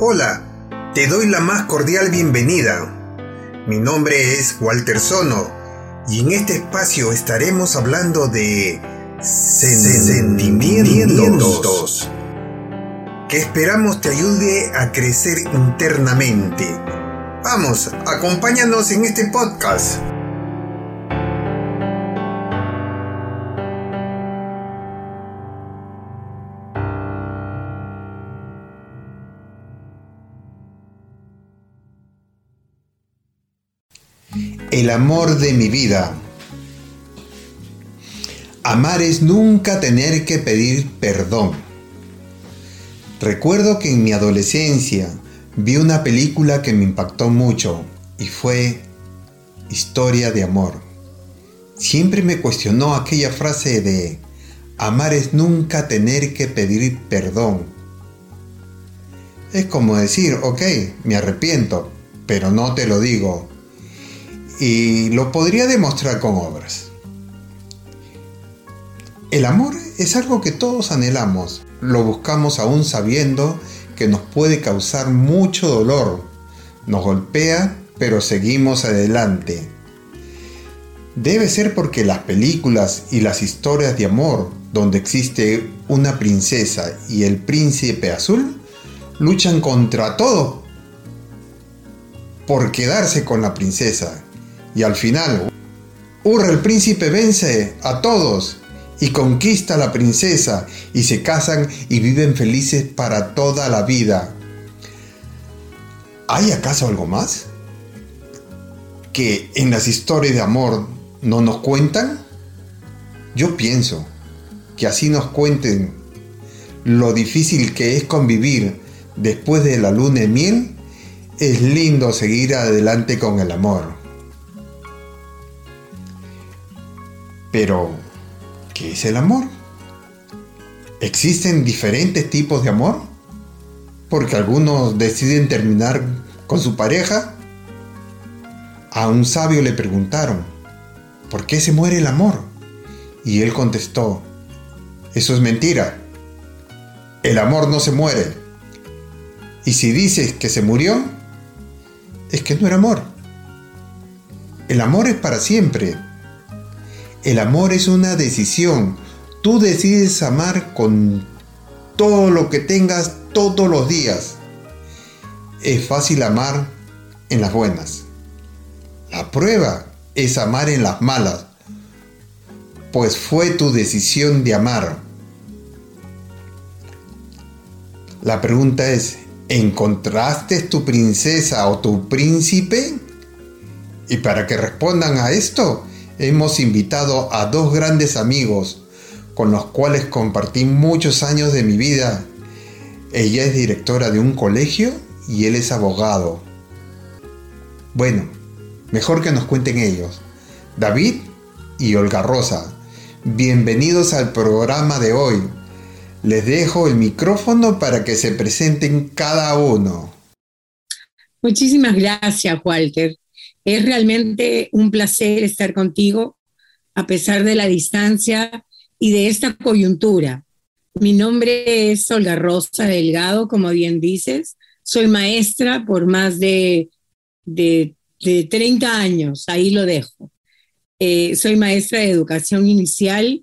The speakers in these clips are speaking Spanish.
Hola, te doy la más cordial bienvenida. Mi nombre es Walter Sono y en este espacio estaremos hablando de sentimientos que esperamos te ayude a crecer internamente. Vamos, acompáñanos en este podcast. El amor de mi vida. Amar es nunca tener que pedir perdón. Recuerdo que en mi adolescencia vi una película que me impactó mucho y fue Historia de Amor. Siempre me cuestionó aquella frase de amar es nunca tener que pedir perdón. Es como decir, ok, me arrepiento, pero no te lo digo. Y lo podría demostrar con obras. El amor es algo que todos anhelamos, lo buscamos aún sabiendo que nos puede causar mucho dolor, nos golpea, pero seguimos adelante. Debe ser porque las películas y las historias de amor, donde existe una princesa y el príncipe azul, luchan contra todo por quedarse con la princesa. Y al final, el príncipe vence a todos y conquista a la princesa y se casan y viven felices para toda la vida. ¿Hay acaso algo más que en las historias de amor no nos cuentan? Yo pienso que así nos cuenten lo difícil que es convivir después de la luna de miel. Es lindo seguir adelante con el amor. Pero, ¿qué es el amor? ¿Existen diferentes tipos de amor? Porque algunos deciden terminar con su pareja. A un sabio le preguntaron, ¿por qué se muere el amor? Y él contestó, eso es mentira. El amor no se muere. Y si dices que se murió, es que no era amor. El amor es para siempre. El amor es una decisión. Tú decides amar con todo lo que tengas todos los días. Es fácil amar en las buenas. La prueba es amar en las malas, pues fue tu decisión de amar. La pregunta es, ¿encontraste tu princesa o tu príncipe? Y para que respondan a esto, hemos invitado a dos grandes amigos con los cuales compartí muchos años de mi vida. Ella es directora de un colegio y él es abogado. Bueno, mejor que nos cuenten ellos. David y Olga Rosa, bienvenidos al programa de hoy. Les dejo el micrófono para que se presenten cada uno. Muchísimas gracias, Walter. Es realmente un placer estar contigo a pesar de la distancia y de esta coyuntura. Mi nombre es Olga Rosa Delgado, como bien dices. Soy maestra por más de 30 años, ahí lo dejo. Soy maestra de educación inicial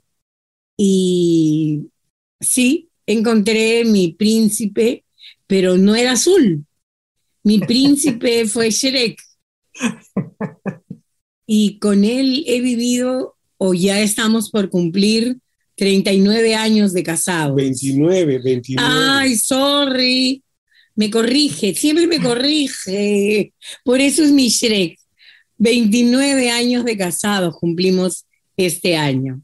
y sí, encontré mi príncipe, pero no era azul. Mi príncipe fue Shrek. Y con él he vivido, o ya estamos por cumplir, 39 años de casados. 29. Ay, sorry. Me corrige, siempre me corrige. Por eso es mi Shrek. 29 años de casados cumplimos este año.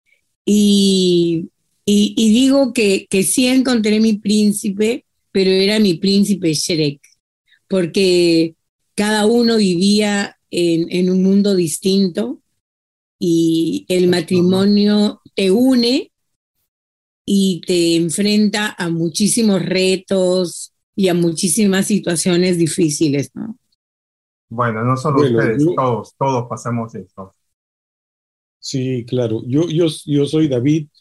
Y digo que sí encontré mi príncipe, pero era mi príncipe Shrek, porque cada uno vivía en un mundo distinto y el matrimonio te une y te enfrenta a muchísimos retos y a muchísimas situaciones difíciles, ¿no? Bueno, no solo ustedes, todos pasamos esto. Sí, claro. Yo soy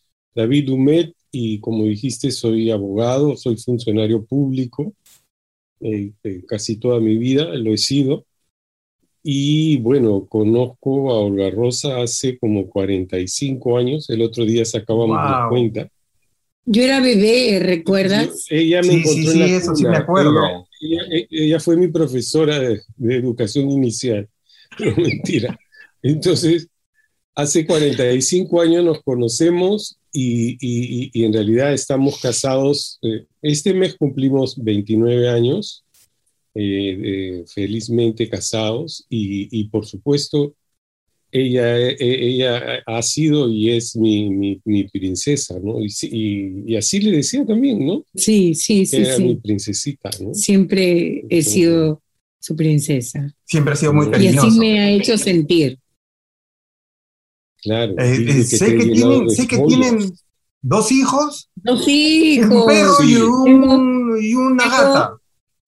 David Humet, y como dijiste, soy abogado, soy funcionario público. casi toda mi vida lo he sido. Y bueno, conozco a Olga Rosa hace como 45 años. El otro día sacábamos la Wow. cuenta. Yo era bebé, ¿recuerdas? Ella me Sí, encontró sí, en sí, la eso sí me cuna. acuerdo. Ella fue mi profesora de educación inicial. No, mentira. Entonces, hace 45 años nos conocemos y en realidad estamos casados. Este mes cumplimos 29 años, felizmente casados y por supuesto ella ha sido y es mi princesa, ¿no? Y así le decía también, ¿no? Sí, sí, sí, Era mi sí. princesita, ¿no? Siempre he sido su princesa. Siempre ha sido muy ¿no? Y así cariñoso. me ha hecho sentir. Claro, dime que te he llenado de Sé que joyas. tienen 2 hijos, Dos un perro hijos. Sí. y una Tengo- gata.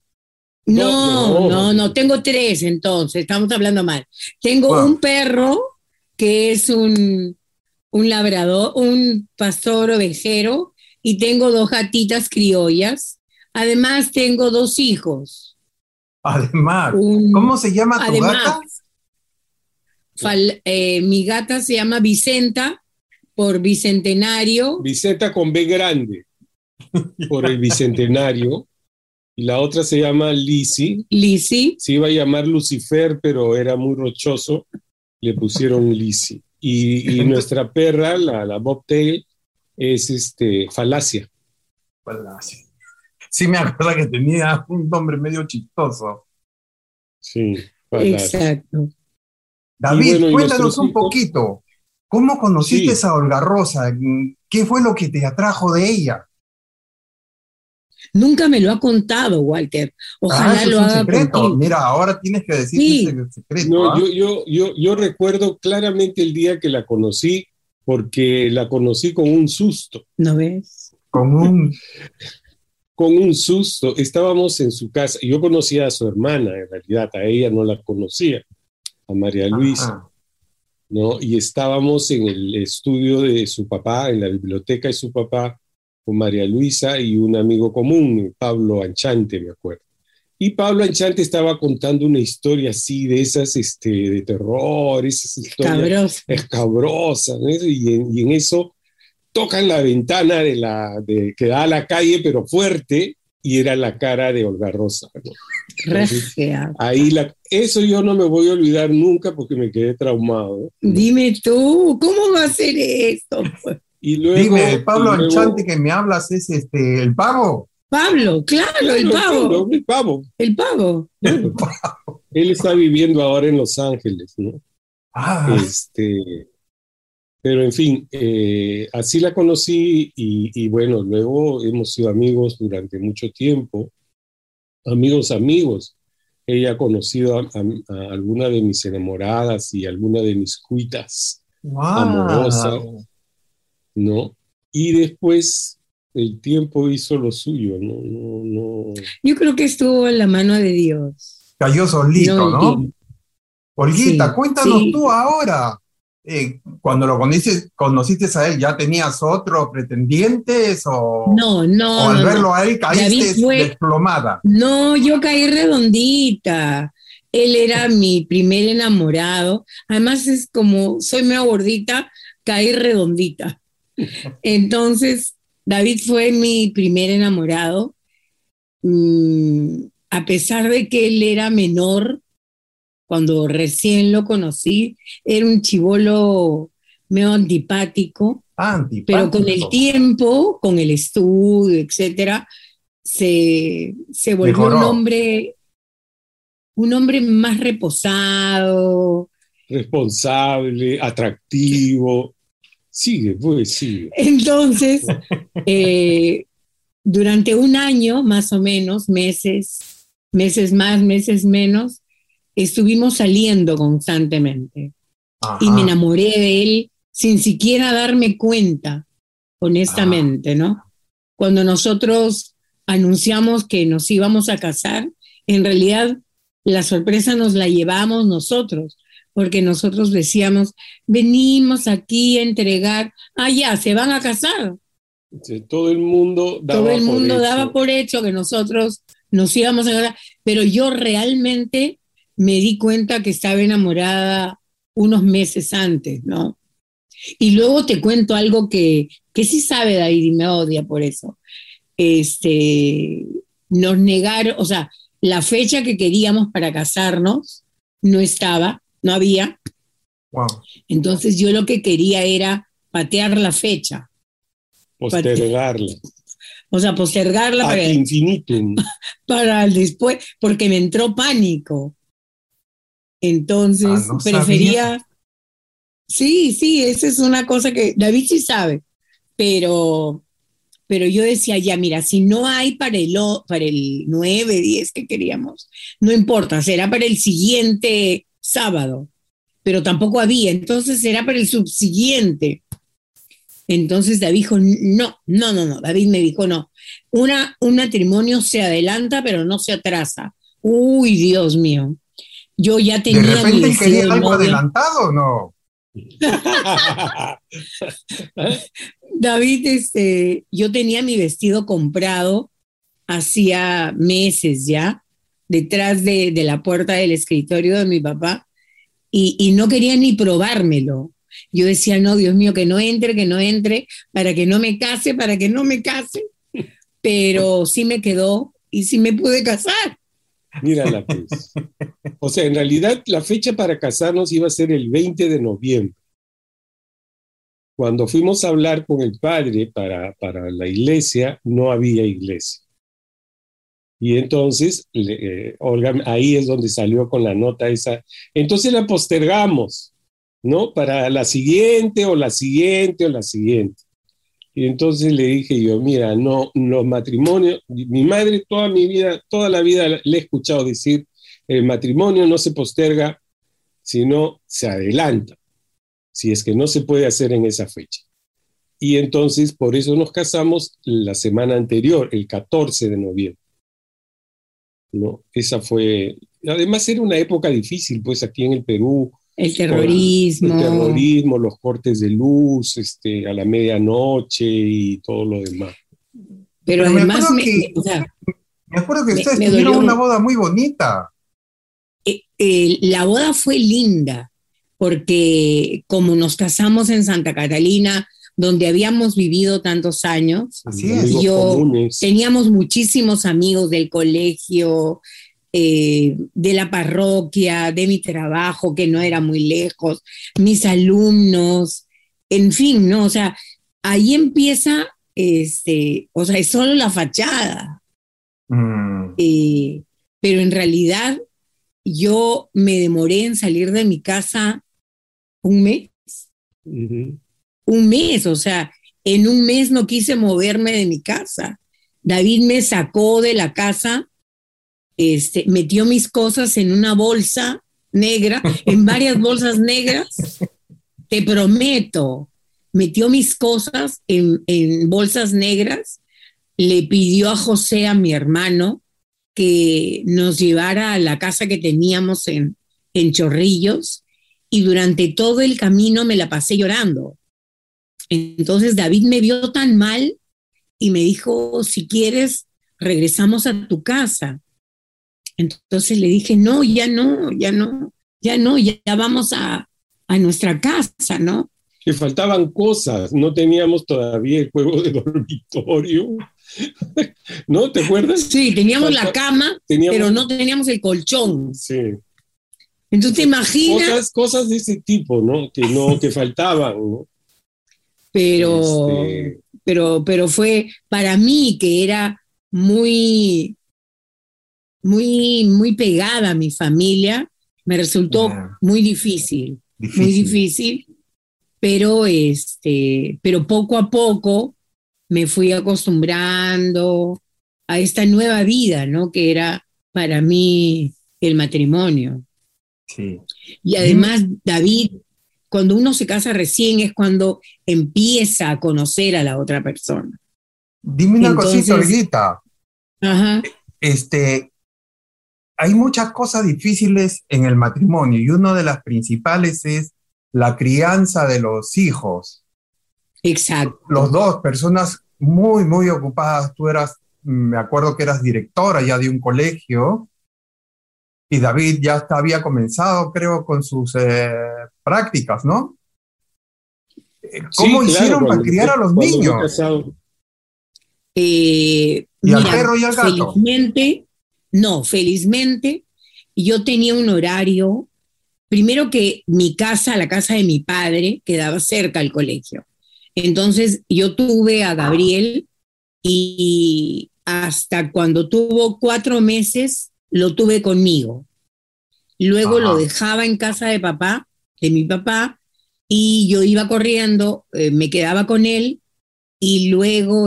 No, tengo 3 entonces, estamos hablando mal. Tengo Wow. un perro que es un labrador, un pastor ovejero, y tengo 2 gatitas criollas. Además, tengo 2 hijos. Además, Un- ¿cómo se llama tu además, gata? mi gata se llama Vicenta por Bicentenario. Vicenta con B grande, por el Bicentenario. Y la otra se llama Lizzie. Lizzie. Se iba a llamar Lucifer, pero era muy rochoso. Le pusieron Lizzie. Y nuestra perra, la Bobtail, es Falacia. Sí, me acuerdo que tenía un nombre medio chistoso. Sí, Falacia. Exacto. David, Y bueno, ¿y cuéntanos nuestros un hijos? poquito. ¿Cómo conociste Sí. a Olga Rosa? ¿Qué fue lo que te atrajo de ella? Nunca me lo ha contado, Walter. Ojalá Eso es lo un haga secreto. contigo. Mira, ahora tienes que decirte Sí. ese secreto. No, ¿Ah? yo recuerdo claramente el día que la conocí, porque la conocí con un susto. ¿No ves? Con un... Con un susto. Estábamos en su casa. Yo conocía a su hermana, en realidad, a ella no la conocía, a María Luisa, Ajá. ¿no? Y estábamos en el estudio de su papá, en la biblioteca de su papá, con María Luisa y un amigo común, Pablo Anchante, me acuerdo. Y Pablo Anchante estaba contando una historia así, de esas de terror, esas historias Cabroso. escabrosas, ¿no? Y en eso tocan la ventana que da a la calle, pero fuerte, y era la cara de Olga Rosa, ¿no? Entonces, Rajea. ahí eso yo no me voy a olvidar nunca porque me quedé traumado, ¿no? Dime tú, ¿cómo va a ser esto? Y luego, Dime, el Pablo y luego- Anchante que me hablas es el pavo. Pablo, claro, el pavo. El pavo. El pavo. Claro. Él está viviendo ahora en Los Ángeles, ¿no? Ah, Pero en fin, así la conocí y bueno, luego hemos sido amigos durante mucho tiempo, amigos. Ella ha conocido a alguna de mis enamoradas y alguna de mis cuitas amorosas, wow. ¿no? Y después el tiempo hizo lo suyo, no. Yo creo que estuvo en la mano de Dios. Cayó solito, No el ¿no? tiempo. Olguita, Sí, cuéntanos sí. tú ahora. Cuando lo conociste a él, ¿ya tenías otros pretendientes o No, al no, verlo no. a él caíste David fue- desplomada? No, yo caí redondita. Él era mi primer enamorado. Además es como soy medio gordita, caí redondita. Entonces, David fue mi primer enamorado. A pesar de que él era menor, cuando recién lo conocí, era un chibolo medio antipático, pero con el tiempo, con el estudio, etcétera, se volvió Mejoró. un hombre más reposado. Responsable, atractivo. Sigue. Entonces, durante un año, más o menos, meses más, meses menos, estuvimos saliendo constantemente. Ajá. Y me enamoré de él sin siquiera darme cuenta, honestamente, ¿no? Cuando nosotros anunciamos que nos íbamos a casar, en realidad la sorpresa nos la llevamos nosotros, porque nosotros decíamos, venimos aquí a entregar, ya, se van a casar. Todo el mundo daba Todo el mundo por daba hecho. por hecho que nosotros nos íbamos a casar, pero yo realmente me di cuenta que estaba enamorada unos meses antes, ¿no? Y luego te cuento algo que sí sabe David y me odia por eso. Nos negaron, o sea, la fecha que queríamos para casarnos no estaba, no había. Wow. Entonces yo lo que quería era patear la fecha. Postergarla. O sea, postergarla Ad infinitum. para el después, porque me entró pánico. Entonces no prefería... sabía. Sí, esa es una cosa que David sí sabe, pero yo decía, ya, mira, si no hay para el 9, 10 que queríamos, no importa, será para el siguiente sábado, pero tampoco había, entonces será para el subsiguiente. Entonces David dijo, no, David me dijo, no, un matrimonio se adelanta, pero no se atrasa. Uy, Dios mío, yo ya tenía ¿De repente mi quería vestido de algo novia. adelantado o no? David, yo tenía mi vestido comprado hacía meses ya, detrás de la puerta del escritorio de mi papá, y no quería ni probármelo. Yo decía, no, Dios mío, que no entre, para que no me case, pero sí me quedó y sí me pude casar. Mírala, pues. O sea, en realidad la fecha para casarnos iba a ser el 20 de noviembre. Cuando fuimos a hablar con el padre para la iglesia, no había iglesia. Y entonces, Olga, ahí es donde salió con la nota esa. Entonces la postergamos, ¿no? Para la siguiente o la siguiente o la siguiente. Y entonces le dije yo, mira, no, los matrimonios, mi madre toda la vida le he escuchado decir, el matrimonio no se posterga, sino se adelanta, si es que no se puede hacer en esa fecha. Y entonces por eso nos casamos la semana anterior, el 14 de noviembre. ¿No? Esa fue, además era una época difícil, pues aquí en el Perú. El terrorismo. Los cortes de luz, a la medianoche y todo lo demás. Pero además me acuerdo que ustedes tuvieron una boda muy bonita. La boda fue linda, porque como nos casamos en Santa Catalina, donde habíamos vivido tantos años, así es. Teníamos muchísimos amigos del colegio, de la parroquia, de mi trabajo, que no era muy lejos, mis alumnos, en fin, ¿no? O sea, ahí empieza, o sea, es solo la fachada. Pero en realidad yo me demoré en salir de mi casa un mes. Uh-huh. Un mes, o sea, en un mes no quise moverme de mi casa. David me sacó de la casa, metió mis cosas en una bolsa negra, en varias bolsas negras, te prometo, metió mis cosas en bolsas negras, le pidió a José, a mi hermano, que nos llevara a la casa que teníamos en Chorrillos, y durante todo el camino me la pasé llorando. Entonces David me vio tan mal y me dijo, si quieres, regresamos a tu casa. Entonces le dije, no, ya vamos a nuestra casa, ¿no? Que faltaban cosas, no teníamos todavía el juego de dormitorio, ¿no? ¿Te acuerdas? Sí, teníamos la cama, pero no teníamos el colchón. Sí. Entonces te imaginas... Cosas de ese tipo, ¿no? Que faltaban, ¿no? Pero fue para mí, que era muy pegada a mi familia, me resultó muy difícil, pero poco a poco me fui acostumbrando a esta nueva vida, ¿no? Que era para mí el matrimonio. Sí. Y además, David, cuando uno se casa recién es cuando empieza a conocer a la otra persona. Dime una cosita, Olguita. Ajá. Hay muchas cosas difíciles en el matrimonio y una de las principales es la crianza de los hijos. Exacto. Los dos, personas muy, muy ocupadas. Tú eras me acuerdo que eras directora ya de un colegio y David ya había comenzado, creo, con sus prácticas, ¿no? ¿Cómo Sí, claro, hicieron para criar a los cuando me he niños? casado. Y al Mira, perro y al gato. felizmente, yo tenía un horario. Primero que mi casa, la casa de mi padre, quedaba cerca al colegio. Entonces yo tuve a Gabriel y hasta cuando tuvo 4 meses lo tuve conmigo. Luego lo Ajá, dejaba en casa de mi papá, y yo iba corriendo, me quedaba con él y luego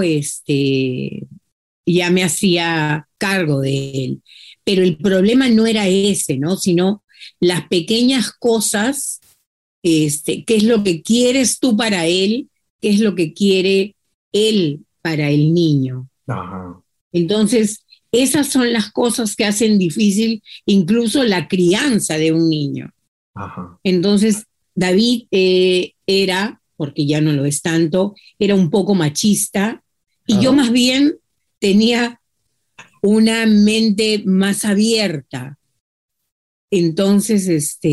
ya me hacía cargo de él. Pero el problema no era ese, ¿no? Sino las pequeñas cosas, qué es lo que quieres tú para él, qué es lo que quiere él para el niño. ajá, Entonces, esas son las cosas que hacen difícil incluso la crianza de un niño. ajá. Entonces, David era, porque ya no lo es tanto, era un poco machista, y yo Ajá. más bien tenía una mente más abierta. Entonces,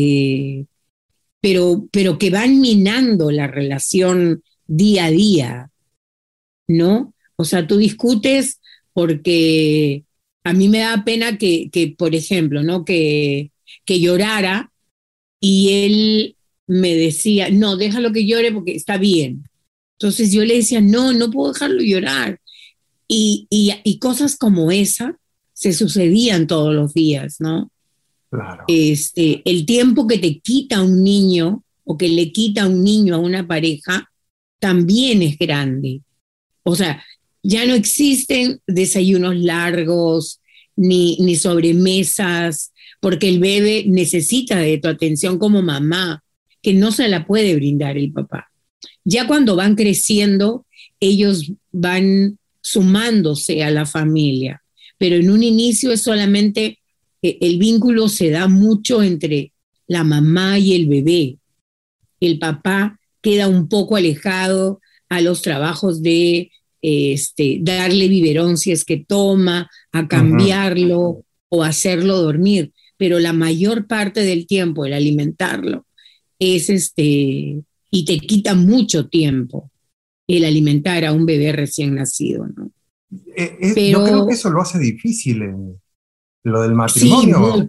pero que van minando la relación día a día, ¿no? O sea, tú discutes porque a mí me da pena por ejemplo, ¿no? Que llorara y él me decía, no, déjalo que llore porque está bien. Entonces yo le decía, no, no puedo dejarlo llorar. Y cosas como esa se sucedían todos los días, ¿no? Claro. El tiempo que te quita un niño o que le quita un niño a una pareja también es grande. O sea, ya no existen desayunos largos ni sobremesas, porque el bebé necesita de tu atención como mamá, que no se la puede brindar el papá. Ya cuando van creciendo, ellos van sumándose a la familia, pero en un inicio es solamente, el vínculo se da mucho entre la mamá y el bebé. El papá queda un poco alejado a los trabajos de darle biberón si es que toma, a Ujú. cambiarlo o hacerlo dormir, pero la mayor parte del tiempo el alimentarlo es y te quita mucho tiempo el alimentar a un bebé recién nacido, ¿no? Yo creo que Pero eso lo hace difícil, lo del sí, matrimonio.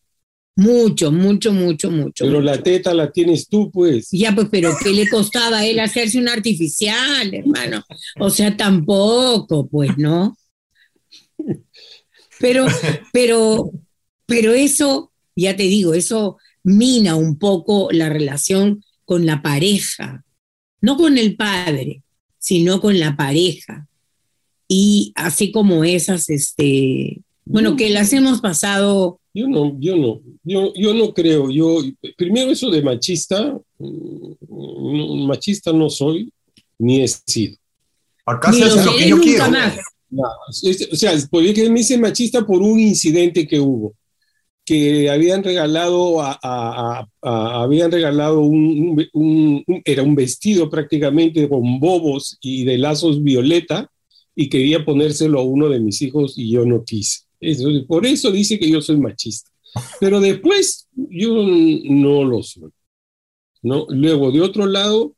mucho, Pero la mucho. teta la tienes tú, pues. Ya, pues, pero ¿qué le costaba a él hacerse una artificial, hermano? O sea, tampoco, pues, ¿no? Pero, pero, pero eso, ya te digo, eso mina un poco la relación con la pareja, no con el padre, sino con la pareja. Y así como esas, bueno, Yo, que las hemos pasado. yo no creo. Primero eso de machista, machista no soy, ni he sido. Acá Ni se lo hace lo que seré yo nunca quiero. más. Nada. O sea, podría que me hice machista por un incidente que hubo, que habían regalado habían regalado era un vestido prácticamente con bobos y de lazos violeta, y quería ponérselo a uno de mis hijos y yo no quise. Por eso dice que yo soy machista. Pero después yo no lo soy, ¿no? Luego, de otro lado,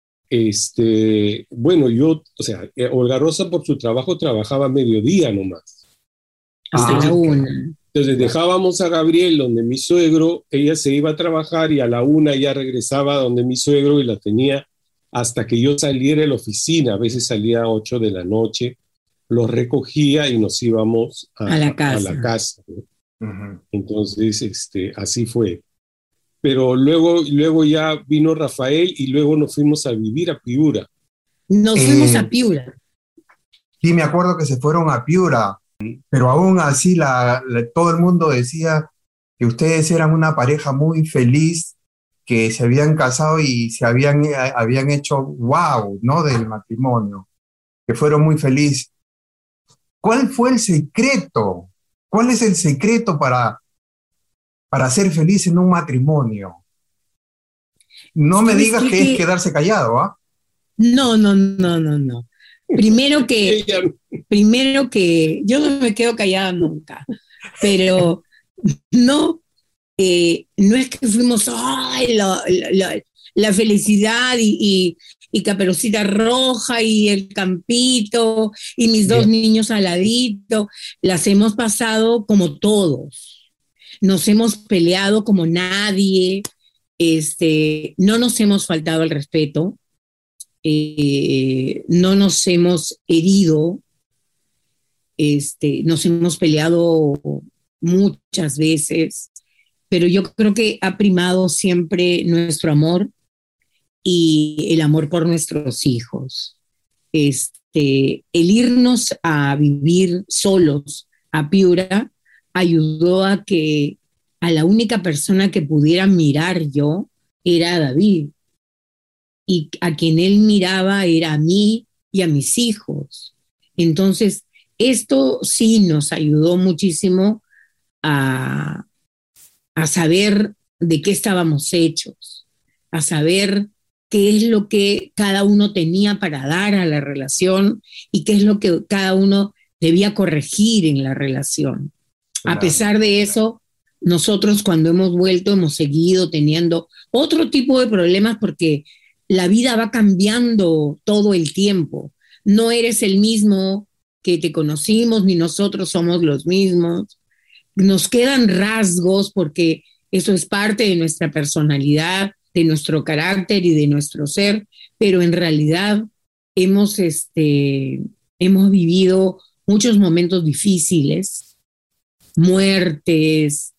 bueno, o sea, Olga Rosa por su trabajo trabajaba a mediodía nomás. Hasta la Entonces, una. entonces dejábamos a Gabriel donde mi suegro, ella se iba a trabajar y a la 1 ya regresaba donde mi suegro y la tenía hasta que yo saliera de la oficina. A veces salía a 8 de la noche, los recogía y nos íbamos A la a la casa. casa, ¿no? Ujú. Entonces, así fue. Pero luego ya vino Rafael y luego nos fuimos a vivir a Piura. Nos fuimos a Eh, Piura. sí, me acuerdo que se fueron a Piura, pero aún así todo el mundo decía que ustedes eran una pareja muy feliz, que se habían casado y habían hecho wow, ¿no? Del matrimonio, que fueron muy felices. ¿Cuál fue el secreto? ¿Cuál es el secreto para ser feliz en un matrimonio? No me ¿Sabes digas qué? que es quedarse callado, ¿ah? No, no, no, no, no. Primero que yo no me quedo callada nunca, pero no, no es que fuimos ¡ay, la felicidad y Caperucita Roja y el campito y mis dos niños al ladito? Las hemos pasado como todos, nos hemos peleado como nadie, no nos hemos faltado el respeto, no nos hemos herido, nos hemos peleado muchas veces, pero yo creo que ha primado siempre nuestro amor y el amor por nuestros hijos. El irnos a vivir solos a Piura ayudó a que a la única persona que pudiera mirar yo era a David, y a quien él miraba era a mí y a mis hijos. Entonces, esto sí nos ayudó muchísimo a saber de qué estábamos hechos, a saber qué es lo que cada uno tenía para dar a la relación y qué es lo que cada uno debía corregir en la relación. Claro. A pesar de eso, nosotros cuando hemos vuelto hemos seguido teniendo otro tipo de problemas porque la vida va cambiando todo el tiempo. No eres el mismo que te conocimos, ni nosotros somos los mismos. Nos quedan rasgos porque eso es parte de nuestra personalidad, de nuestro carácter y de nuestro ser, pero en realidad hemos vivido muchos momentos difíciles, muertes,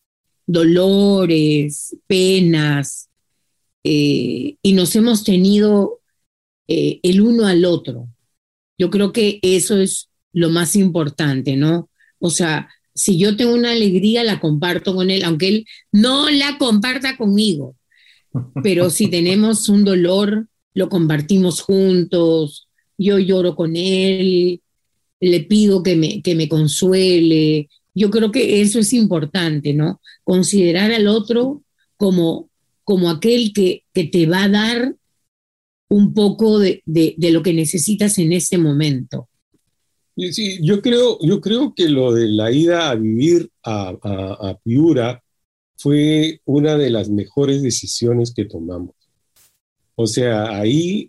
dolores, penas, y nos hemos tenido el uno al otro. Yo creo que eso es lo más importante, ¿no? O sea, si yo tengo una alegría, la comparto con él, aunque él no la comparta conmigo. Pero si tenemos un dolor, lo compartimos juntos, yo lloro con él, le pido que me consuele. Yo creo que eso es importante, ¿no? Considerar al otro como aquel que te va a dar un poco de lo que necesitas en ese momento. Sí, yo creo que lo de la ida a vivir a Piura fue una de las mejores decisiones que tomamos. O sea, ahí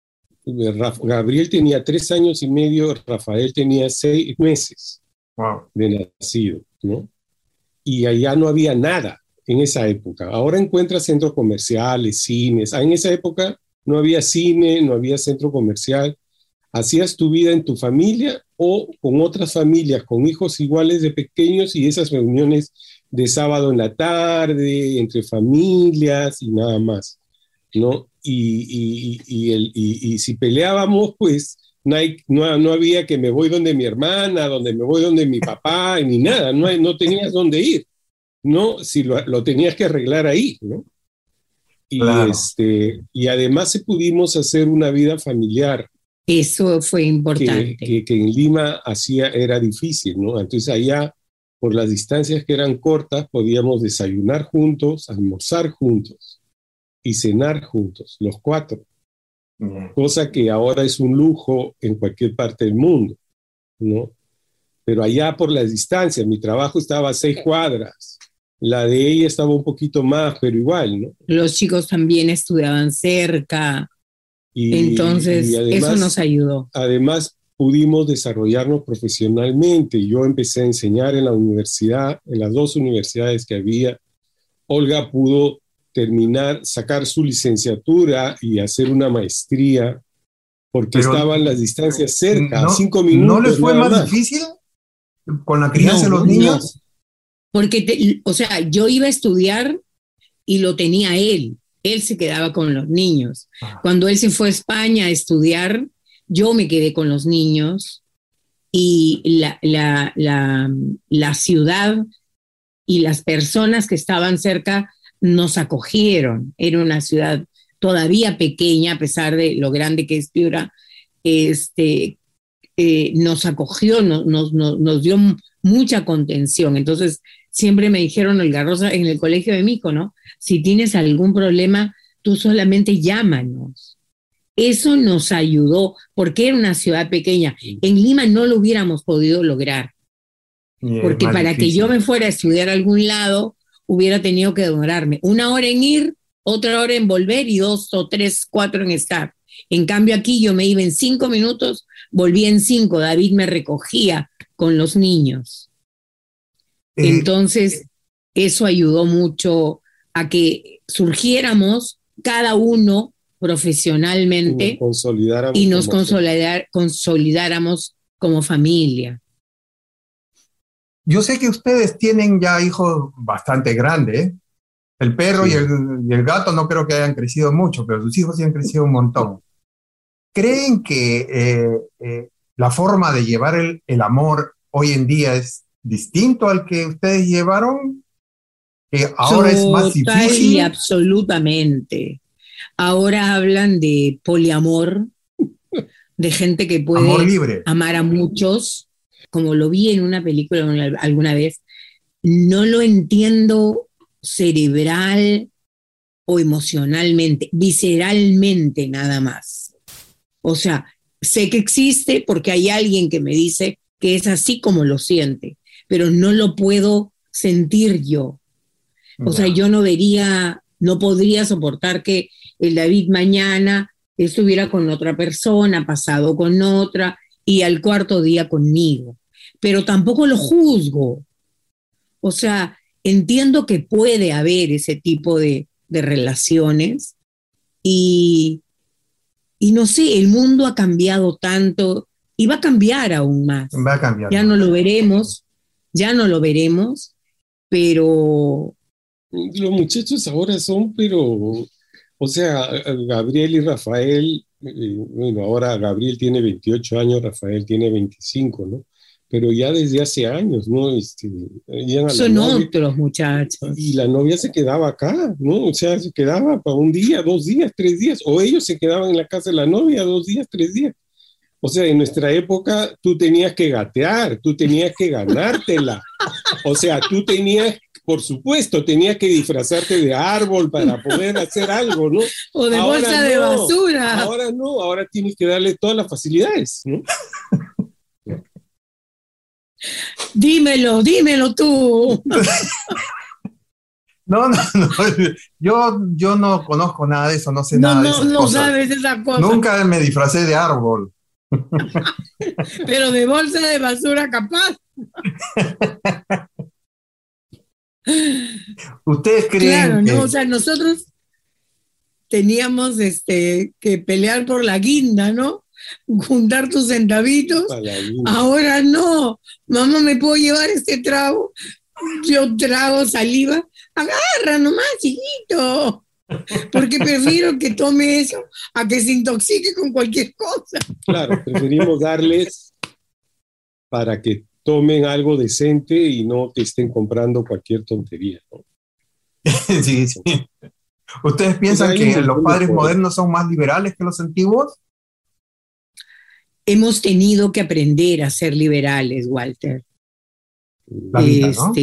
Gabriel tenía 3 años y medio, Rafael tenía 6 meses de nacido, ¿no? Y allá no había nada en esa época. Ahora encuentras centros comerciales, cines. En esa época no había cine, no había centro comercial. Hacías tu vida en tu familia o con otras familias, con hijos iguales de pequeños, y esas reuniones de sábado en la tarde, entre familias y nada más, ¿no? Y si peleábamos, pues no había que me voy donde mi hermana, donde me voy donde mi papá, ni nada, no tenías dónde ir, ¿no? Si lo tenías que arreglar ahí, ¿no? Y, claro. Y además pudimos hacer una vida familiar. Eso fue importante. Que en Lima era difícil, ¿no? Entonces allá, por las distancias que eran cortas, podíamos desayunar juntos, almorzar juntos y cenar juntos, los 4. Cosa que ahora es un lujo en cualquier parte del mundo, ¿no? Pero allá por las distancias, mi trabajo estaba a 6 cuadras, la de ella estaba un poquito más, pero igual, ¿no? Los chicos también estudiaban cerca. Entonces, y además, eso nos ayudó. Además, pudimos desarrollarnos profesionalmente. Yo empecé a enseñar en la universidad, en las 2 universidades que había. Olga pudo sacar su licenciatura y hacer una maestría, porque estaban las distancias cerca, 5 minutos. ¿No les fue más difícil con la crianza de los niños? Porque, o sea, yo iba a estudiar y lo tenía él. Él se quedaba con los niños. Cuando él se fue a España a estudiar, yo me quedé con los niños, y la ciudad y las personas que estaban cerca nos acogieron. Era una ciudad todavía pequeña, a pesar de lo grande que es Piura. Nos acogió, nos dio mucha contención. Entonces, siempre me dijeron, Olga Rosa, en el colegio de Mico, ¿no? Si tienes algún problema, tú solamente llámanos. eso nos ayudó, porque era una ciudad pequeña. En Lima no lo hubiéramos podido lograr, porque para que yo me fuera a estudiar a algún lado, hubiera tenido que demorarme 1 hora en ir, otra hora en volver y 2 o 3, 4 en estar. En cambio aquí yo me iba en 5 minutos, volvía en 5, David me recogía con los niños. Entonces, eso ayudó mucho a que surgiéramos cada uno profesionalmente y nos consolidáramos como familia. Yo sé que ustedes tienen ya hijos bastante grandes, ¿eh? El perro y el gato no creo que hayan crecido mucho, pero sus hijos sí han crecido un montón. ¿Creen que la forma de llevar el amor hoy en día es distinto al que ustedes llevaron? ¿Que ahora es más difícil? Total y absolutamente. Ahora hablan de poliamor, de gente que puede amar a muchos, como lo vi en una película alguna vez. No lo entiendo cerebral o emocionalmente, visceralmente nada más. O sea, sé que existe porque hay alguien que me dice que es así como lo siente, pero no lo puedo sentir yo. O sea, yo no podría soportar que el David mañana estuviera con otra persona, pasado con otra y al cuarto día conmigo. Pero tampoco lo juzgo. O sea, entiendo que puede haber ese tipo de relaciones y no sé, el mundo ha cambiado tanto y va a cambiar aún más. Va a cambiar. Ya no lo veremos, pero... Los muchachos ahora son, o sea, Gabriel y Rafael, bueno, ahora Gabriel tiene 28 años, Rafael tiene 25, ¿no? Pero ya desde hace años, ¿no? Son otros muchachos. Y la novia se quedaba acá, ¿no? O sea, se quedaba para 1 día, 2 días, 3 días, o ellos se quedaban en la casa de la novia 2 días, 3 días. O sea, en nuestra época tú tenías que gatear, tú tenías que ganártela. O sea, tú tenías, por supuesto, tenías que disfrazarte de árbol para poder hacer algo, ¿no? O de bolsa de basura. Ahora no, ahora tienes que darle todas las facilidades, ¿no? Dímelo tú. No, yo no conozco nada de eso, no sé nada de esas cosas. No sabes esa cosa. Nunca me disfracé de árbol. Pero de bolsa de basura capaz. ¿Ustedes creen claro, que... ¿no? O sea, nosotros teníamos que pelear por la guinda, ¿no? Juntar tus centavitos. Ahora no. Mamá, ¿me puedo llevar este trago? Yo trago saliva. Agarra nomás, chiquito. Porque prefiero que tome eso a que se intoxique con cualquier cosa. Claro, preferimos darles para que tomen algo decente y no te estén comprando cualquier tontería, ¿no? Sí. ¿Ustedes piensan que los padres modernos son más liberales que los antiguos? Hemos tenido que aprender a ser liberales, Walter. La vida, ¿no?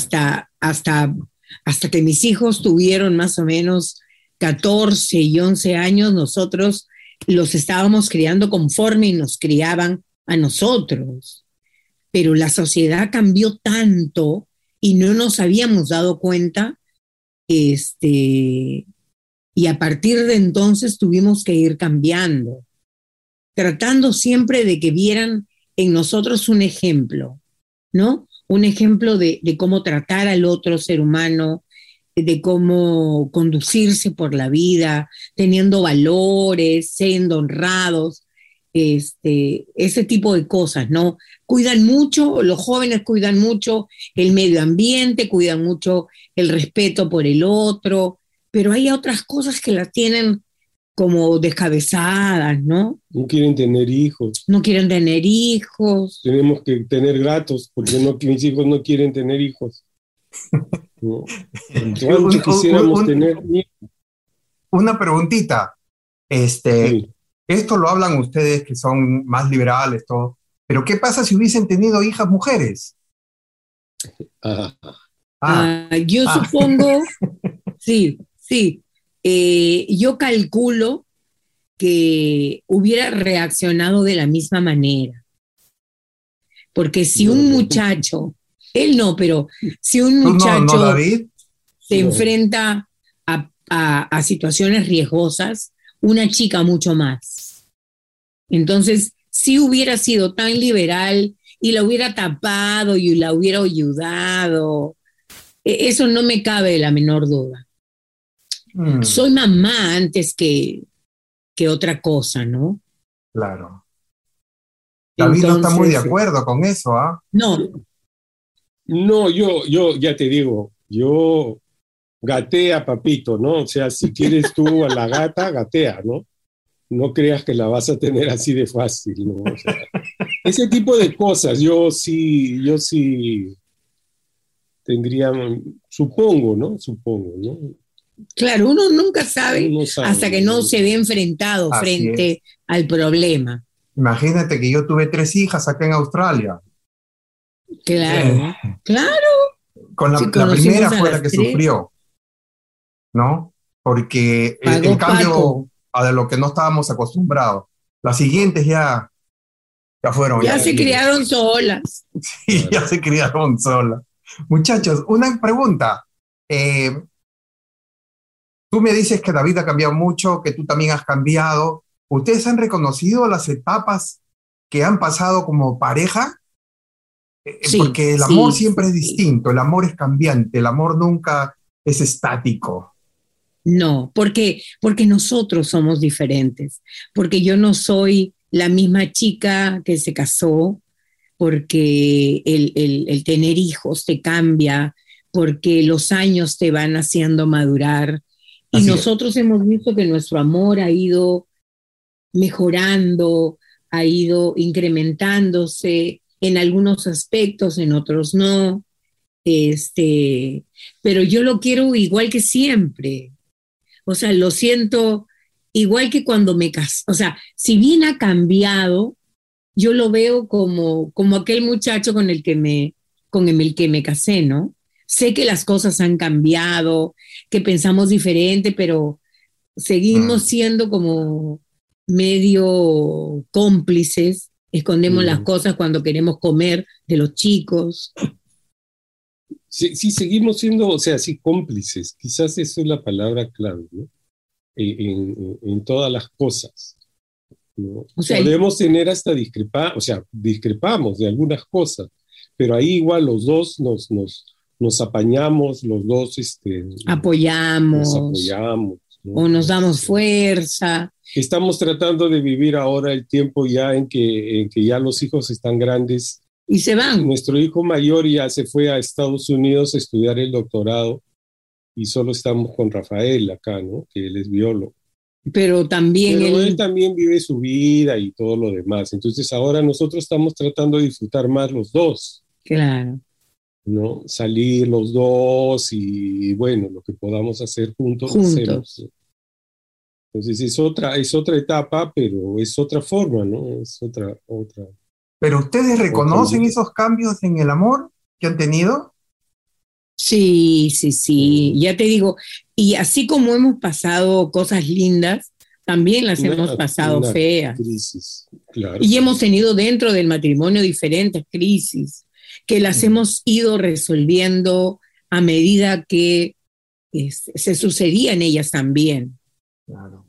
Hasta que mis hijos tuvieron más o menos 14 y 11 años, nosotros los estábamos criando conforme nos criaban a nosotros. Pero la sociedad cambió tanto y no nos habíamos dado cuenta, y a partir de entonces tuvimos que ir cambiando, tratando siempre de que vieran en nosotros un ejemplo, ¿no? Un ejemplo de cómo tratar al otro ser humano, de cómo conducirse por la vida, teniendo valores, siendo honrados, ese tipo de cosas, ¿no? Cuidan mucho, los jóvenes cuidan mucho el medio ambiente, cuidan mucho el respeto por el otro, pero hay otras cosas que las tienen como descabezadas, ¿no? No quieren tener hijos. No quieren tener hijos. Tenemos que tener gatos, porque mis hijos no quieren tener hijos. No. ¿Cuánto quisiéramos tener hijos? Una preguntita. Sí. Esto lo hablan ustedes que son más liberales, todo. Pero ¿qué pasa si hubiesen tenido hijas mujeres? Yo supongo, sí. Yo calculo que hubiera reaccionado de la misma manera. Porque si un muchacho, él no, pero si un muchacho David, se enfrenta a situaciones riesgosas, una chica mucho más. Entonces, si hubiera sido tan liberal y la hubiera tapado y la hubiera ayudado, eso no me cabe la menor duda. Soy mamá antes que otra cosa, ¿no? Claro. David no está muy de acuerdo con eso, ¿ah? No, yo ya te digo, yo gatea, papito, ¿no? O sea, si quieres tú a la gata, gatea, ¿no? No creas que la vas a tener así de fácil, ¿no? O sea, ese tipo de cosas, yo sí tendría, supongo, ¿no? Claro, uno nunca sabe hasta que no se ve enfrentado frente al problema. Imagínate que yo tuve 3 hijas acá en Australia. Claro, claro. Con la primera fue la que sufrió, ¿no? Porque el cambio a lo que no estábamos acostumbrados. Las siguientes ya fueron. Ya se criaron solas. Sí, ya se criaron solas. Muchachos, una pregunta. Tú me dices que David ha cambiado mucho, que tú también has cambiado. ¿Ustedes han reconocido las etapas que han pasado como pareja? Porque el amor siempre es distinto, el amor es cambiante, el amor nunca es estático. No, porque nosotros somos diferentes, porque yo no soy la misma chica que se casó, porque el tener hijos te cambia, porque los años te van haciendo madurar. Y nosotros hemos visto que nuestro amor ha ido mejorando, ha ido incrementándose en algunos aspectos, en otros no. Pero yo lo quiero igual que siempre. O sea, lo siento igual que cuando me casé. O sea, si bien ha cambiado, yo lo veo como aquel muchacho con el que me casé, ¿no? Sé que las cosas han cambiado, que pensamos diferente, pero seguimos siendo como medio cómplices, escondemos las cosas cuando queremos comer de los chicos. Sí, seguimos siendo, o sea, sí, cómplices, quizás esa es la palabra clave, ¿no? En todas las cosas, ¿no? O sea, podemos tener hasta discrepamos de algunas cosas, pero ahí igual los dos nos apañamos, los dos apoyamos, ¿no? O nos damos fuerza. Estamos tratando de vivir ahora el tiempo ya en que ya los hijos están grandes y se van. Nuestro hijo mayor ya se fue a Estados Unidos a estudiar el doctorado y solo estamos con Rafael acá, ¿no? Que él es biólogo. Pero él también vive su vida y todo lo demás. Entonces ahora nosotros estamos tratando de disfrutar más los dos. Claro. ¿No? Salir los dos y bueno, lo que podamos hacer juntos. Hacemos. Entonces es otra etapa, pero es otra forma, ¿no? Es otra. ¿Pero ustedes reconocen esos cambios en el amor que han tenido? Sí, ya te digo, y así como hemos pasado cosas lindas, también las hemos pasado feas. Crisis, claro. Y hemos tenido dentro del matrimonio diferentes crisis que las hemos ido resolviendo a medida que se sucedían ellas también. Claro.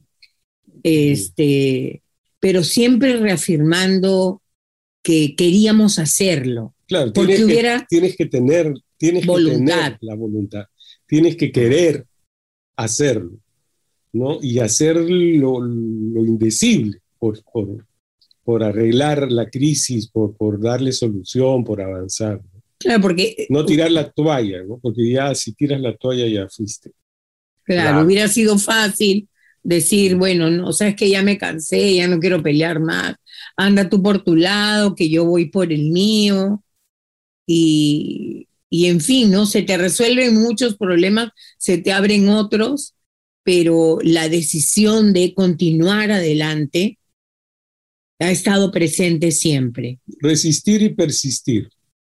Pero siempre reafirmando que queríamos hacerlo. Claro, porque tienes que tener la voluntad, tienes que querer hacerlo, ¿no? Y hacer lo indecible por arreglar la crisis, por darle solución, por avanzar, ¿no? Claro, porque no tirar la toalla, ¿no? Porque ya si tiras la toalla ya fuiste. Claro, hubiera sido fácil decir, bueno, no, sabes que ya me cansé, ya no quiero pelear más, anda tú por tu lado, que yo voy por el mío, y en fin, ¿no? Se te resuelven muchos problemas, se te abren otros, pero la decisión de continuar adelante ha estado presente siempre. Resistir y persistir.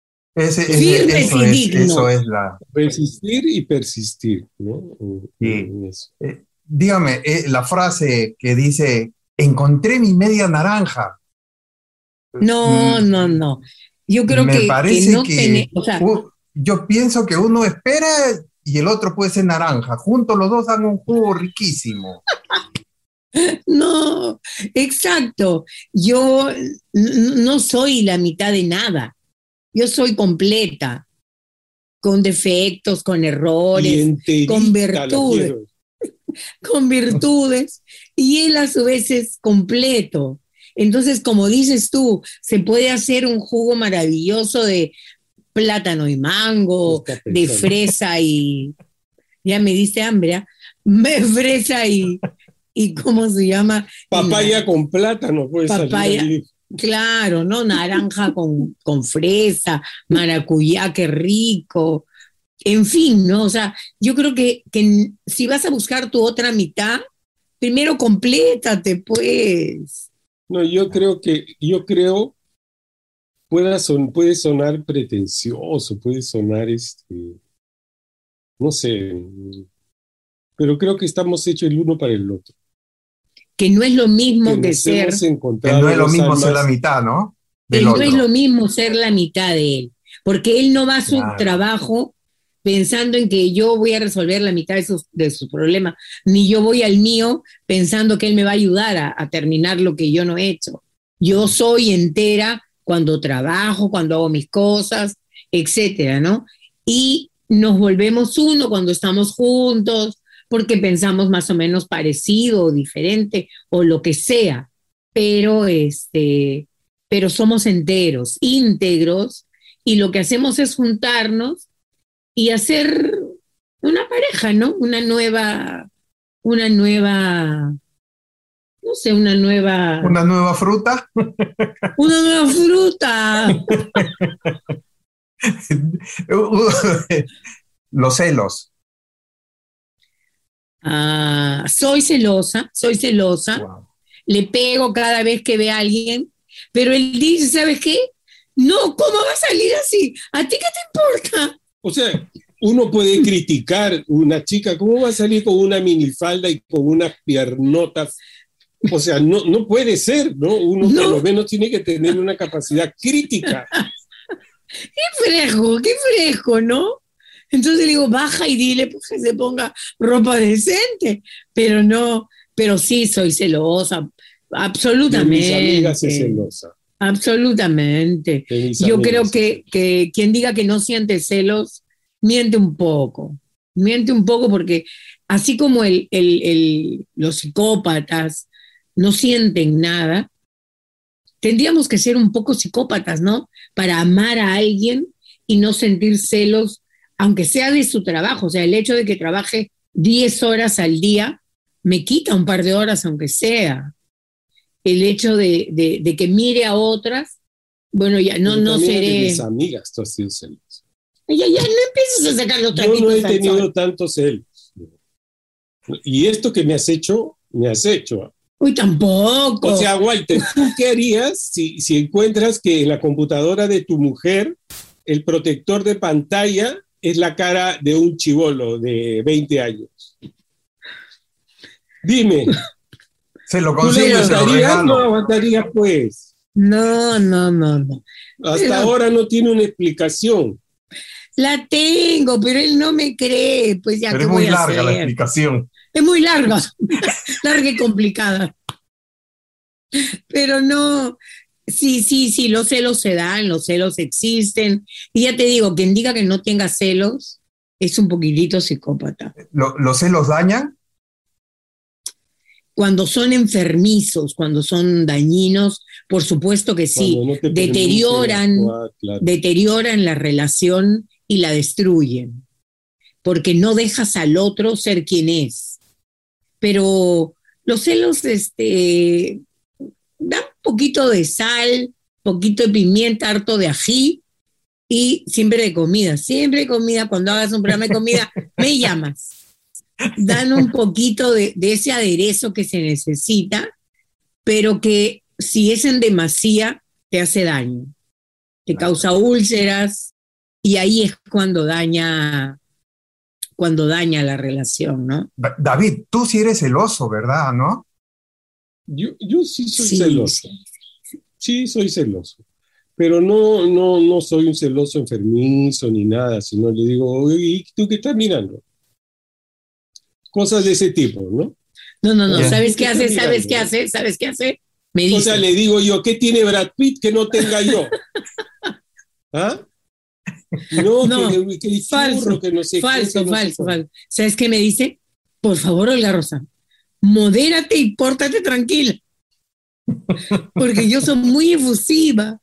Eso es la... Resistir y persistir, ¿no? Sí. Dígame, la frase que dice encontré mi media naranja. No. Yo creo Me que parece no que tiene, o sea, yo pienso que uno espera y el otro puede ser naranja. Juntos los dos dan un jugo riquísimo. no, exacto. Yo no soy la mitad de nada. Yo soy completa, con defectos, con Y errores, con enterita la virtudes, quiero. con virtudes, y él a su vez es completo. Entonces, como dices tú, se puede hacer un jugo maravilloso de plátano y mango, Está de pensando. fresa y, ya me diste hambre, ¿ah? Fresa y ¿cómo se llama? Papaya con plátano puede salir Papaya, ahí. claro, ¿no? Naranja con fresa, maracuyá, qué rico. En fin, ¿no? O sea, yo creo que si vas a buscar tu otra mitad, primero complétate, pues. No, yo creo puede sonar pretencioso, puede sonar no sé, pero creo que estamos hechos el uno para el otro, Que no es lo que mismo que nos hemos ser, Que encontrado no es lo dos mismo ser la almas. mitad, ¿no? que Del no es lo otro. mismo ser la mitad de él, porque él no va a su Claro. trabajo pensando en que yo voy a resolver la mitad de sus problemas, ni yo voy al mío pensando que él me va a ayudar a terminar lo que yo no he hecho. Yo soy entera cuando trabajo, cuando hago mis cosas, etcétera, ¿no? Y nos volvemos uno cuando estamos juntos, porque pensamos más o menos parecido o diferente o lo que sea, pero pero somos enteros, íntegros, y lo que hacemos es juntarnos y hacer una pareja, ¿no? Una nueva, no sé, Una nueva fruta. una nueva fruta. Los celos. Soy celosa, Wow. le pego cada vez que ve a alguien, pero él dice, ¿sabes qué? No, ¿cómo va a salir así? ¿A ti qué te importa? O sea, uno puede criticar una chica, ¿cómo va a salir con una minifalda y con unas piernotas? O sea, no puede ser, ¿no? Uno por lo No, menos tiene que tener una capacidad crítica. qué fresco, ¿no? Entonces le digo, baja y dile pues, que se ponga ropa decente, pero no, pero sí soy celosa, De mis amigas es absolutamente, celosa, absolutamente. de mis Yo creo amigas es que quien diga que no siente celos, miente un poco porque así como los psicópatas no sienten nada, tendríamos que ser un poco psicópatas, ¿no? Para amar a alguien y no sentir celos, aunque sea de su trabajo. O sea, el hecho de que trabaje 10 horas al día me quita un par de horas, aunque sea. El hecho de que mire a otras, bueno, ya no, pero no también de mis seré. amigas tú has sido celosa. Ya no empieces a sacar los Yo no trapitos he al sol. tenido tantos celos. Y esto que me has hecho, me has hecho. Uy, O sea, tampoco. Walter, ¿tú qué harías si encuentras que en la computadora de tu mujer el protector de pantalla es la cara de un chibolo de 20 años? Dime, Se lo ¿tú le consigo y se lo aguantarías? No regalo. aguantarías, pues. No. Hasta Pero ahora no tiene una explicación. la tengo, pero él no me cree. Pues ya, Pero ¿qué es voy muy a larga la hacer? explicación. Es muy larga, larga y complicada. Pero no, sí, los celos se dan, los celos existen. Y ya te digo, quien diga que no tenga celos es un poquitito psicópata. ¿Los celos dañan? Cuando son enfermizos, cuando son dañinos, por supuesto que Cuando sí, no te permite deterioran, actuar, claro. deterioran la relación y la destruyen, porque no dejas al otro ser quien es. Pero los celos, da un poquito de sal, poquito de pimienta, harto de ají y siempre de comida, cuando hagas un programa de comida, me llamas. Dan un poquito de ese aderezo que se necesita, pero que si es en demasía, te hace daño, te causa úlceras y ahí es cuando daña la relación, ¿no? David, tú sí eres celoso, ¿verdad? ¿No? Yo sí soy Sí, celoso. sí. Sí, soy celoso. Pero no soy un celoso enfermizo ni nada, sino le digo, oye, ¿y tú qué estás mirando? Cosas de ese tipo, ¿no? No, Ah, Ya. ¿tú ¿sabes qué qué estás hace? ¿Sabes mirando, qué no? hace? ¿Sabes qué hace? Me O sea, dice, le digo yo, ¿qué tiene Brad Pitt que no tenga yo? ¿Ah? No, no, que el churro, falso, que no sé qué, que falso, no sé falso, cuál. falso. ¿Sabes qué me dice? Por favor, Olga Rosa, modérate y pórtate tranquila, porque yo soy muy efusiva.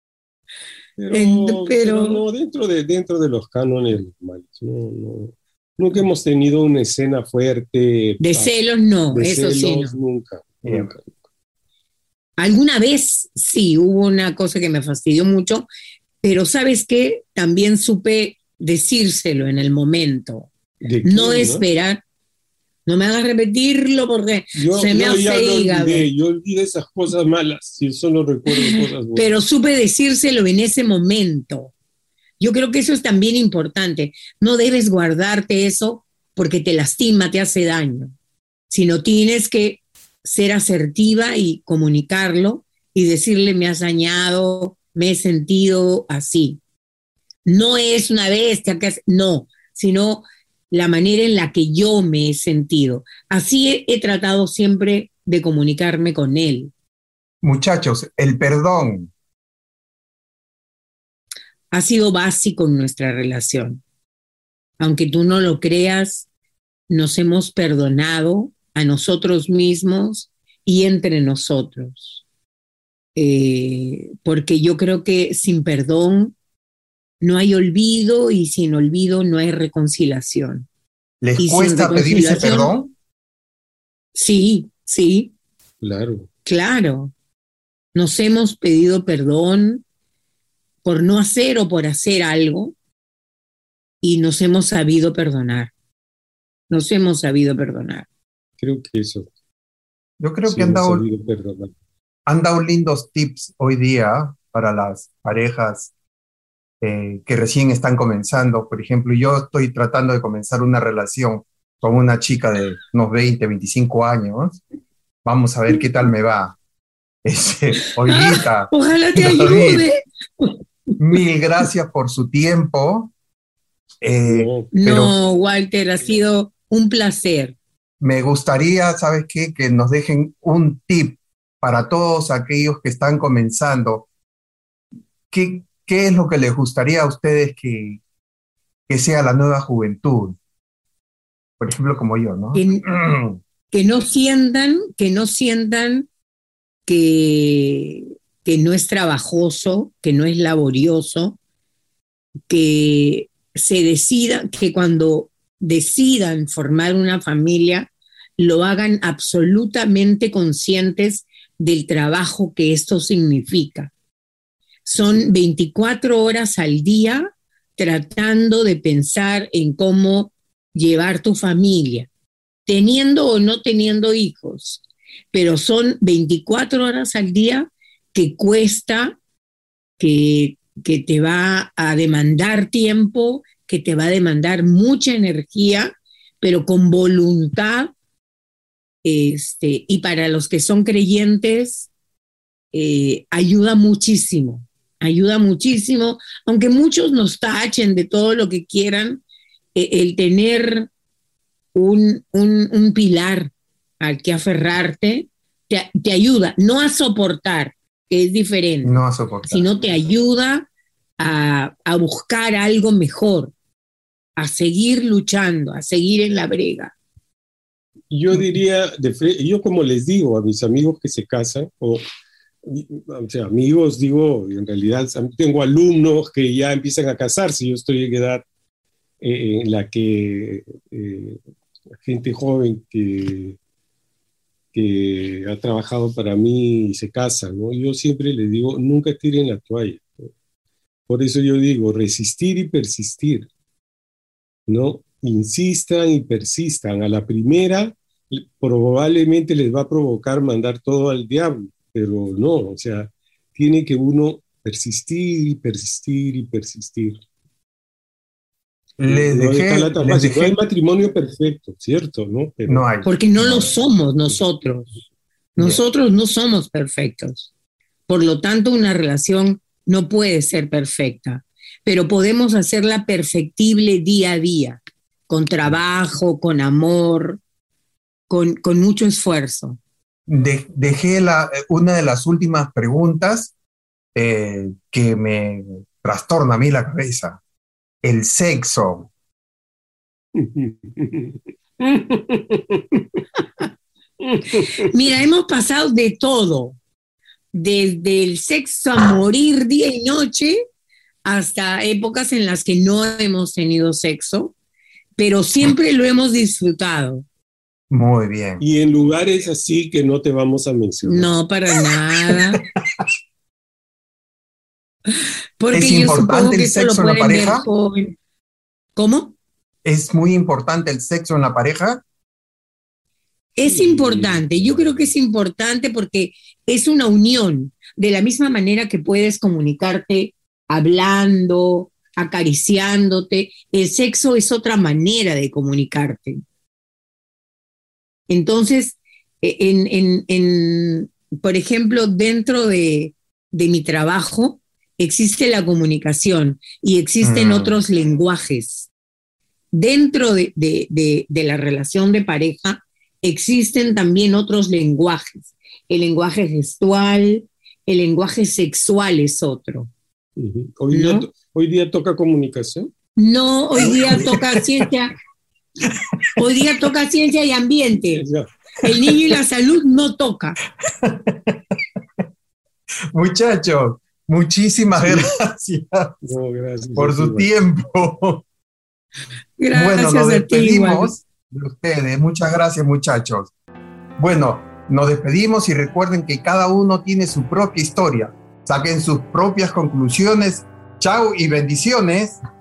Pero Pero no, dentro de los cánones normales. Nunca hemos tenido una escena fuerte de celos no, de eso sí celos, no. nunca, Ya. nunca. Alguna vez sí hubo una cosa que me fastidió mucho, pero ¿sabes qué? También supe decírselo en el momento. ¿De No quién, no? esperar, no me hagas repetirlo porque se me Yo ya hace lo hígado. olvidé, yo olvidé esas cosas malas, y solo recuerdo cosas buenas. Pero supe decírselo en ese momento. Yo creo que eso es también importante. No debes guardarte eso porque te lastima, te hace daño, sino tienes que ser asertiva y comunicarlo y decirle me has dañado, me he sentido así. No es una bestia, no, sino la manera en la que yo me he sentido. Así he tratado siempre de comunicarme con él. Muchachos, el perdón. Ha sido básico en nuestra relación. Aunque tú no lo creas, nos hemos perdonado a nosotros mismos y entre nosotros. Porque yo creo que sin perdón no hay olvido y sin olvido no hay reconciliación. ¿Les Y sin cuesta pedirse reconciliación, perdón? sí, sí, Claro. claro. Nos hemos pedido perdón por no hacer o por hacer algo y nos hemos sabido perdonar. Nos hemos sabido perdonar. Creo que eso, Yo creo que sí hemos sabido perdonar. han dado lindos tips hoy día para las parejas que recién están comenzando. Por ejemplo, yo estoy tratando de comenzar una relación con una chica de unos 20, 25 años. Vamos a ver qué tal me va. Olguita, Ojalá te David, ayude. mil gracias por su tiempo, No, pero No, Walter, ha sido un placer. me gustaría, ¿sabes qué? Que nos dejen un tip para todos aquellos que están comenzando. ¿Qué es lo que les gustaría a ustedes que sea la nueva juventud? Por ejemplo, como yo, ¿no? Que, que no sientan, que, que no es trabajoso, que no es laborioso, que se decida, que cuando decidan formar una familia, lo hagan absolutamente conscientes del trabajo que esto significa. Son 24 horas al día tratando de pensar en cómo llevar tu familia, teniendo o no teniendo hijos, pero son 24 horas al día que cuesta, que te va a demandar tiempo, que te va a demandar mucha energía, pero con voluntad. Y para los que son creyentes, ayuda muchísimo, aunque muchos nos tachen de todo lo que quieran, el tener un pilar al que aferrarte te ayuda, no a soportar, que es diferente, No a soportar. sino te ayuda a buscar algo mejor, a seguir luchando, a seguir en la brega. yo diría, yo como les digo a mis amigos que se casan, o sea, amigos, digo, en realidad tengo alumnos que ya empiezan a casarse, yo estoy en edad en la que gente joven que ha trabajado para mí y se casa, ¿no? Yo siempre les digo, nunca tiren la toalla, ¿no? Por eso yo digo, resistir y persistir, ¿no? Insistan y persistan. A la primera probablemente les va a provocar mandar todo al diablo, pero no, o sea, tiene que uno persistir y persistir y persistir. Les No dejar la dejé, tapa. No hay matrimonio perfecto, ¿cierto? ¿No? Pero no hay. Porque no lo somos nosotros. Nosotros no somos perfectos. Por lo tanto, una relación no puede ser perfecta, pero podemos hacerla perfectible día a día, con trabajo, con amor, con mucho esfuerzo. Dejé una de las últimas preguntas que me trastorna a mí la cabeza. El sexo. Mira, hemos pasado de todo, desde el sexo a morir día y noche hasta épocas en las que no hemos tenido sexo, pero siempre lo hemos disfrutado. Muy bien. Y en lugares así que no te vamos a mencionar. No, para nada. Porque ¿Es importante el sexo en la pareja? ¿Cómo? ¿Es muy importante el sexo en la pareja? Es importante, yo creo que es importante porque es una unión, de la misma manera que puedes comunicarte hablando, acariciándote. El sexo es otra manera de comunicarte. Entonces, por ejemplo, dentro de mi trabajo existe la comunicación y existen otros lenguajes. Dentro de la relación de pareja existen también otros lenguajes. El lenguaje gestual, el lenguaje sexual es otro. ¿Hoy día toca comunicación? No, hoy día toca ciencia. Hoy día toca ciencia y ambiente. El niño y la salud no toca. Muchachos, muchísimas gracias, gracias por su tiempo. Gracias. Bueno, nos despedimos de ustedes. Muchas gracias, muchachos. Bueno, nos despedimos y recuerden que cada uno tiene su propia historia. Saquen sus propias conclusiones. Chao y bendiciones.